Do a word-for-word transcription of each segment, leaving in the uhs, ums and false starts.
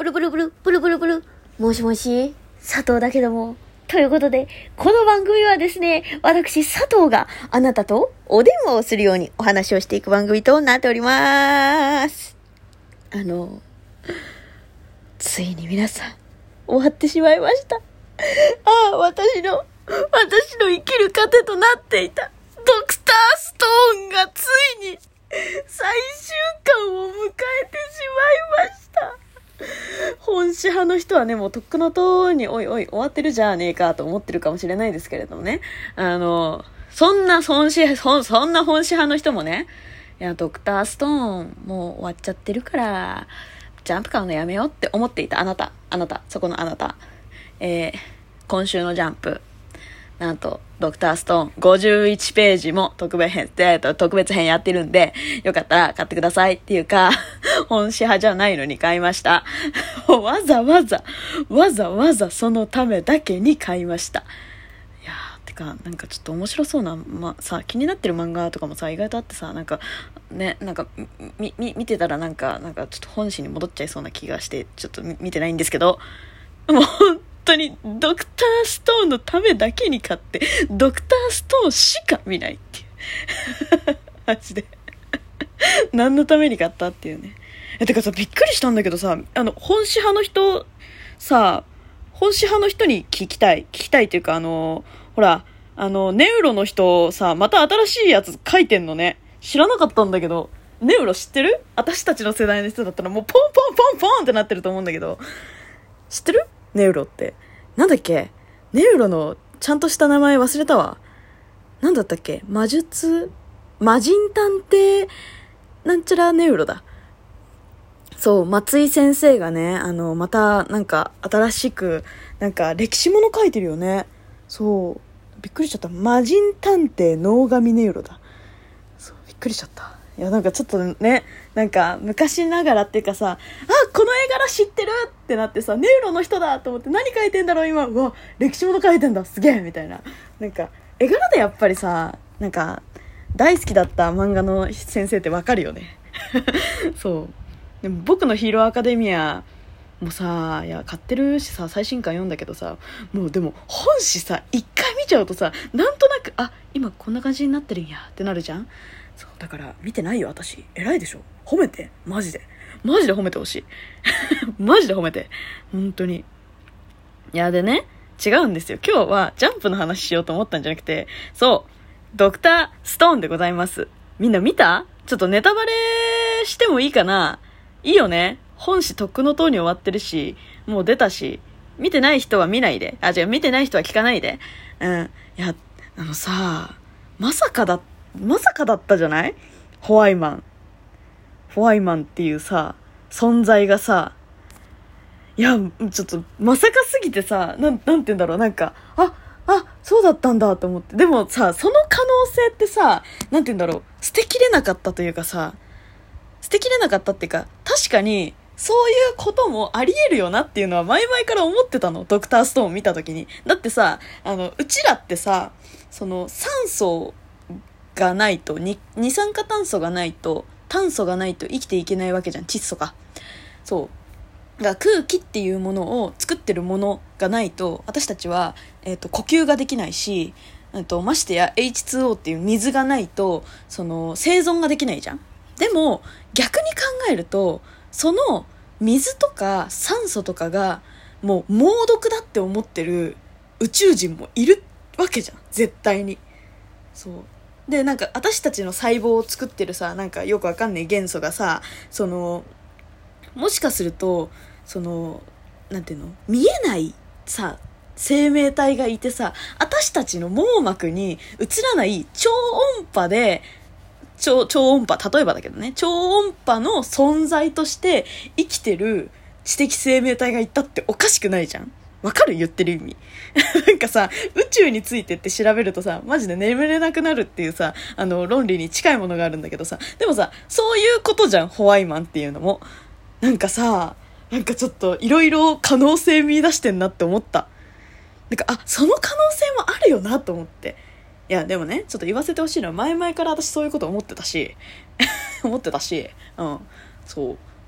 ブルブルブル、ブルブルブル。もしもし、佐藤だけども。ということで、この番組はですね、私佐藤があなたとお電話をするようにお話をしていく番組となっております。あの、ついに皆さん、終わってしまいました。ああ、私の、私の生きる糧となっていた、ドクターストーンがついに、最終巻を迎えてしまいました。本誌派の人はね、もうとっくのとにおいおい終わってるじゃねえかと思ってるかもしれないですけれどもね、あのそんな本誌そそんな本誌派の人もね、いやドクターストーンもう終わっちゃってるからジャンプ買うのやめようって思っていたあなたあなたそこのあなた、えー、今週のジャンプなんとドクターストーンごじゅういちページも特別編で特別編やってるんで、よかったら買ってくださいっていうか、本誌派じゃないのに買いました。わざわざわざわざそのためだけに買いました。いやーてかなんかちょっと面白そうな、ま、さ気になってる漫画とかもさ意外とあってさ、なんかねなんかみみ見てたらなんかなんかちょっと本誌に戻っちゃいそうな気がしてちょっと見てないんですけど、もう本当にドクターストーンのためだけに買ってドクターストーンしか見ないっていうマジで何のために買ったっていうね。えてかさびっくりしたんだけどさ、あの本誌派の人さ本誌派の人に聞きたい聞きたいっていうか、あのほらあのネウロの人さまた新しいやつ書いてんのね。知らなかったんだけど、ネウロ知ってる？私たちの世代の人だったらもうポンポンポンポンってなってると思うんだけど、知ってる？ネウロってなんだっけ？ネウロのちゃんとした名前忘れたわ。なんだったっけ？魔術魔人探偵なんちゃらネウロだ。そう、松井先生がね、あのまたなんか新しくなんか歴史もの書いてるよね。そうびっくりしちゃった。魔人探偵能神ネウロだ。そうびっくりしちゃった。いやなんかちょっとね、なんか昔ながらっていうかさ、あこの絵柄知ってるってなってさ、ネウロの人だと思って、何描いてんだろう今、うわ歴史もの描いてんだすげえみたいな、なんか絵柄でやっぱりさ、なんか大好きだった漫画の先生ってわかるよねそうでも僕のヒーローアカデミアもうさ、いや買ってるしさ最新刊読んだけどさ、もうでも本誌さ一回見ちゃうとさ、なんとなくあ今こんな感じになってるんやってなるじゃん。そうだから見てないよ私。偉いでしょ、褒めて、マジでマジで褒めてほしいマジで褒めて本当に。いやでね違うんですよ、今日はジャンプの話しようと思ったんじゃなくて、そうドクターストーンでございます。みんな見た？ちょっとネタバレしてもいいかな？いいよね、本誌とっくのとうに終わってるしもう出たし、見てない人は見ないで、あ違う見てない人は聞かないで。うんいやあのさまさかだまさかだったじゃない？ホワイマンホワイマンっていうさ存在がさ、いやちょっとまさかすぎてさ、なん、なんて言うんだろう、なんかああそうだったんだと思って、でもさその可能性ってさ、なんて言うんだろう、捨てきれなかったというかさ、捨てきれなかったっていうか、確かにそういうこともありえるよなっていうのは前々から思ってたの、ドクターストーンを見た時に。だってさあのうちらってさ、その酸素がないと、二酸化炭素がないと炭素がないと生きていけないわけじゃん、窒素か。そうが空気っていうものを作ってるものがないと私たちは、えーと、呼吸ができないし、えーと、ましてや エイチツーオー っていう水がないとその生存ができないじゃん。でも逆に考えると、その水とか酸素とかがもう猛毒だって思ってる宇宙人もいるわけじゃん絶対に。そうでなんか私たちの細胞を作ってるさ、なんかよくわかんない元素がさ、そのもしかするとそのなんていうの、見えないさ生命体がいてさ、私たちの網膜に映らない超音波で超、超音波、例えばだけどね、超音波の存在として生きてる知的生命体がいたっておかしくないじゃん。わかる？言ってる意味なんかさ宇宙についてって調べるとさマジで眠れなくなるっていうさ、あの論理に近いものがあるんだけどさ、でもさそういうことじゃんホワイマンっていうのも。なんかさなんかちょっといろいろ可能性見出してんなって思った。なんかあその可能性もあるよなと思って。いやでもねちょっと言わせてほしいのは、前々から私そういうこと思ってたし思ってたし、うんそう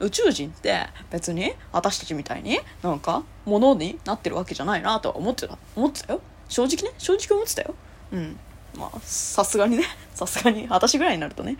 宇宙人って別に私たちみたいになんか物になってるわけじゃないなとは思ってた思ってたよ正直ね正直思ってたよ。うんまあさすがにねさすがに私ぐらいになるとね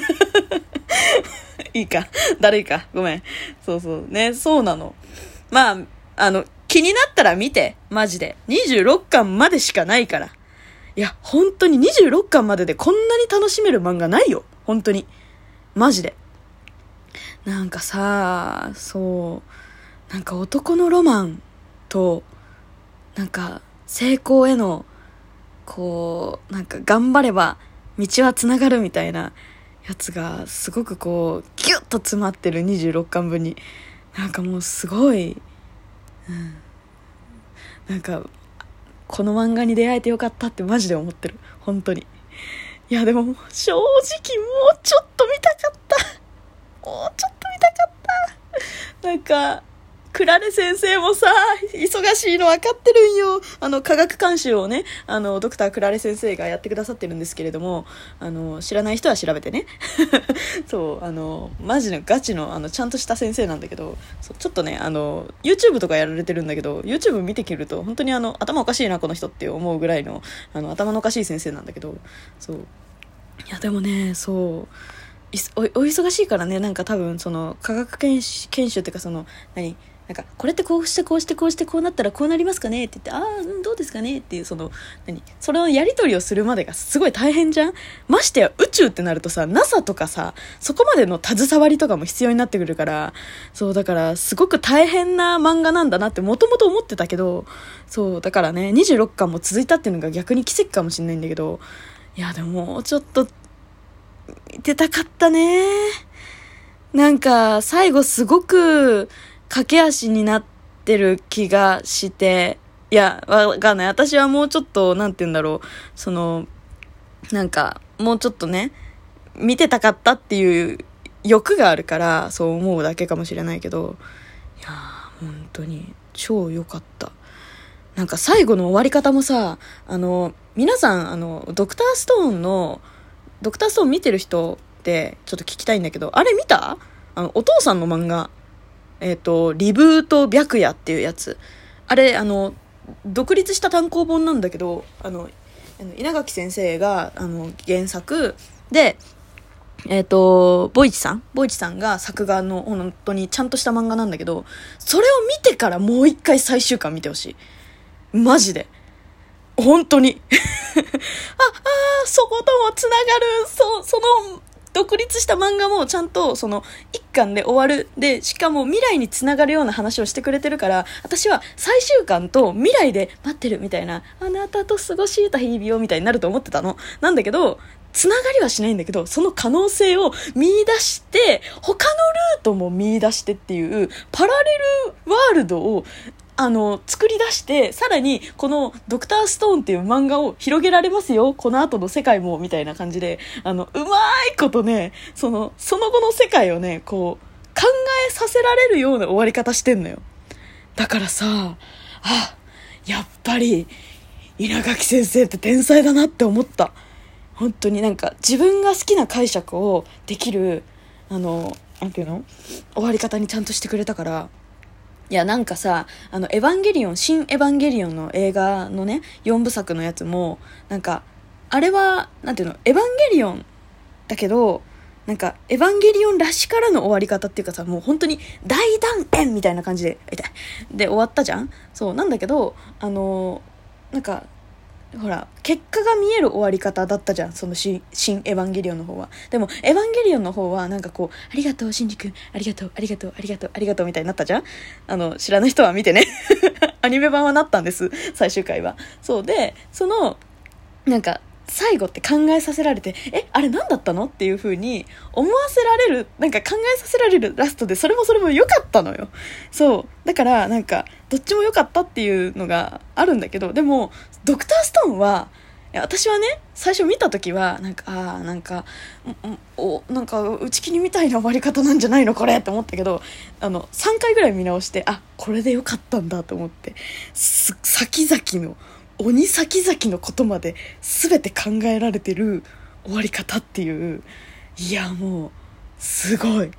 いいかだるいかごめん。そうそうねそうなの。まああの気になったら見てマジでにじゅうろっかんまでしかないから。いや本当ににじゅうろっかんまででこんなに楽しめる漫画ないよ本当にマジで。なんかさそうなんか男のロマンとなんか成功へのこうなんか頑張れば道はつながるみたいなやつがすごくこうギュッと詰まってるにじゅうろっかんぶんになんかもうすごい、うん、なんかこの漫画に出会えてよかったってマジで思ってる本当に。いやでも正直もうちょっと見たかったもうちょっと見たかったなんかクラレ先生もさ忙しいの分かってるんよ。あの科学監修をねあのドクタークラレ先生がやってくださってるんですけれどもあの知らない人は調べてねそうあのマジのガチのあのちゃんとした先生なんだけどそうちょっとねあの YouTube とかやられてるんだけど YouTube 見てくると本当にあの頭おかしいなこの人って思うぐらいのあの頭のおかしい先生なんだけどそういやでもねそうお, お忙しいからねなんか多分その科学研修研修っていうかその何なんかこれってこうしてこうしてこうしてこうなったらこうなりますかねって言ってああ、うん、どうですかねっていうその何それのやり取りをするまでがすごい大変じゃん。ましてや宇宙ってなるとさ ナサ とかさそこまでの携わりとかも必要になってくるからそうだからすごく大変な漫画なんだなってもともと思ってたけどそうだからねにじゅうろっかんも続いたっていうのが逆に奇跡かもしれないんだけどいやでももうちょっと出たかったね。なんか最後すごく駆け足になってる気がしていやわかんない私はもうちょっとなんて言うんだろうそのなんかもうちょっとね見てたかったっていう欲があるからそう思うだけかもしれないけどいや本当に超良かった。なんか最後の終わり方もさあの皆さんあのドクターストーンのドクターストーン見てる人ってちょっと聞きたいんだけどあれ見たあのお父さんの漫画えっと、リブート白夜っていうやつあれあの独立した単行本なんだけどあの稲垣先生があの原作でえっとボイチさんボイチさんが作画の本当にちゃんとした漫画なんだけどそれを見てからもう一回最終巻見てほしいマジで本当にああそこともつながるそその独立した漫画もちゃんとその一巻で終わるでしかも未来につながるような話をしてくれてるから私は最終巻と未来で待ってるみたいなあなたと過ごした日々をみたいになると思ってたのなんだけどつながりはしないんだけどその可能性を見出して他のルートも見出してっていうパラレルワールドをあの作り出してさらにこのドクターストーンっていう漫画を広げられますよこの後の世界もみたいな感じであのうまいことねそのその後の世界をねこう考えさせられるような終わり方してんのよ。だからさあやっぱり稲垣先生って天才だなって思った。本当になんか自分が好きな解釈をできるあのなんていうの終わり方にちゃんとしてくれたからいやなんかさあのエヴァンゲリオン新エヴァンゲリオンの映画のねよんぶさくのやつもなんかあれはなんていうのエヴァンゲリオンだけどなんかエヴァンゲリオンらしからの終わり方っていうかさもう本当に大断円みたいな感じで痛いで終わったじゃん。そうなんだけどあのなんかほら結果が見える終わり方だったじゃんその新エヴァンゲリオンの方は。でもエヴァンゲリオンの方はなんかこうありがとうシンジ君ありがとうありがとうありがとうありがとうみたいになったじゃん。あの知らない人は見てねアニメ版はなったんです最終回は。そうでそのなんか最後って考えさせられてえあれ何だったのっていう風に思わせられるなんか考えさせられるラストでそれもそれも良かったのよ。そうだからなんかどっちも良かったっていうのがあるんだけどでもドクターストーンはいや私はね最初見た時はなんかあーなんかおなんか打ち切りみたいな終わり方なんじゃないのこれって思ったけどあのさんかいぐらい見直してあこれで良かったんだと思ってす先々の鬼先々のことまで全て考えられてる終わり方っていういやもうすごい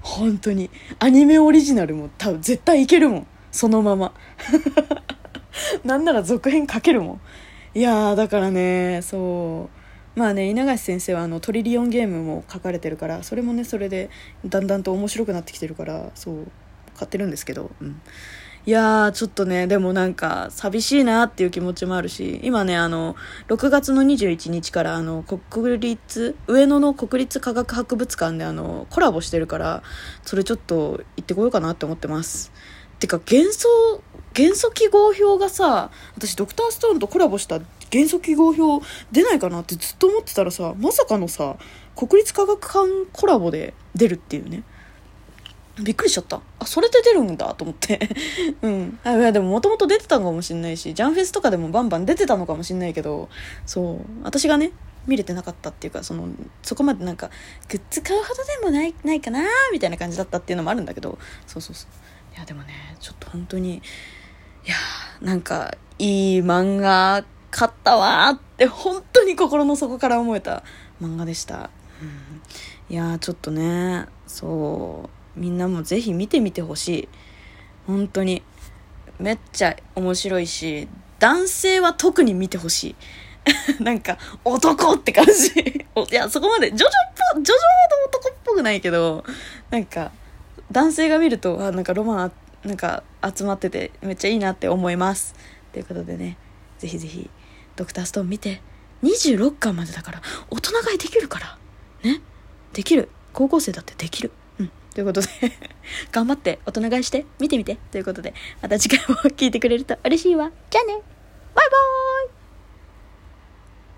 本当にアニメオリジナルも多分絶対いけるもん、そのままなんなら続編書けるもん。いやーだからね、そうまあね、稲垣先生はあのトリリオンゲームも書かれてるから、それもねそれでだんだんと面白くなってきてるから、そう買ってるんですけど、うん、いやーちょっとね、でもなんか寂しいなっていう気持ちもあるし、今ねあのろくがつのにじゅういちにちからあの国立上野の国立科学博物館であのコラボしてるから、それちょっと行ってこようかなって思ってます。てか元素元素記号表がさ、私ドクターストーンとコラボした元素記号表出ないかなってずっと思ってたらさ、まさかのさ国立科学館コラボで出るっていうね、びっくりしちゃった。あ、それで出るんだと思ってうんあ、いやでももともと出てたのかもしれないし、ジャンフェスとかでもバンバン出てたのかもしれないけど、そう私がね見れてなかったっていうか、そのそこまでなんかグッズ買うほどでもないないかなみたいな感じだったっていうのもあるんだけど、そうそうそう、いやでもねちょっと本当に、いやなんかいい漫画買ったわって本当に心の底から思えた漫画でした、うん、いやちょっとね、そうみんなもぜひ見てみてほしい。本当にめっちゃ面白いし、男性は特に見てほしいなんか男って感じいやそこまでジョジョっぽジョジョほど男っぽくないけど、なんか男性が見るとあなんかロマンなんか集まっててめっちゃいいなって思います。ということでね、ぜひぜひドクターストーン見て、にじゅうろっかんまでだから大人買いできるからね、できる、高校生だってできる、うん、ということで頑張って大人買いして見てみてということで、また次回も聞いてくれると嬉しいわ。じゃあね、バイバーイ。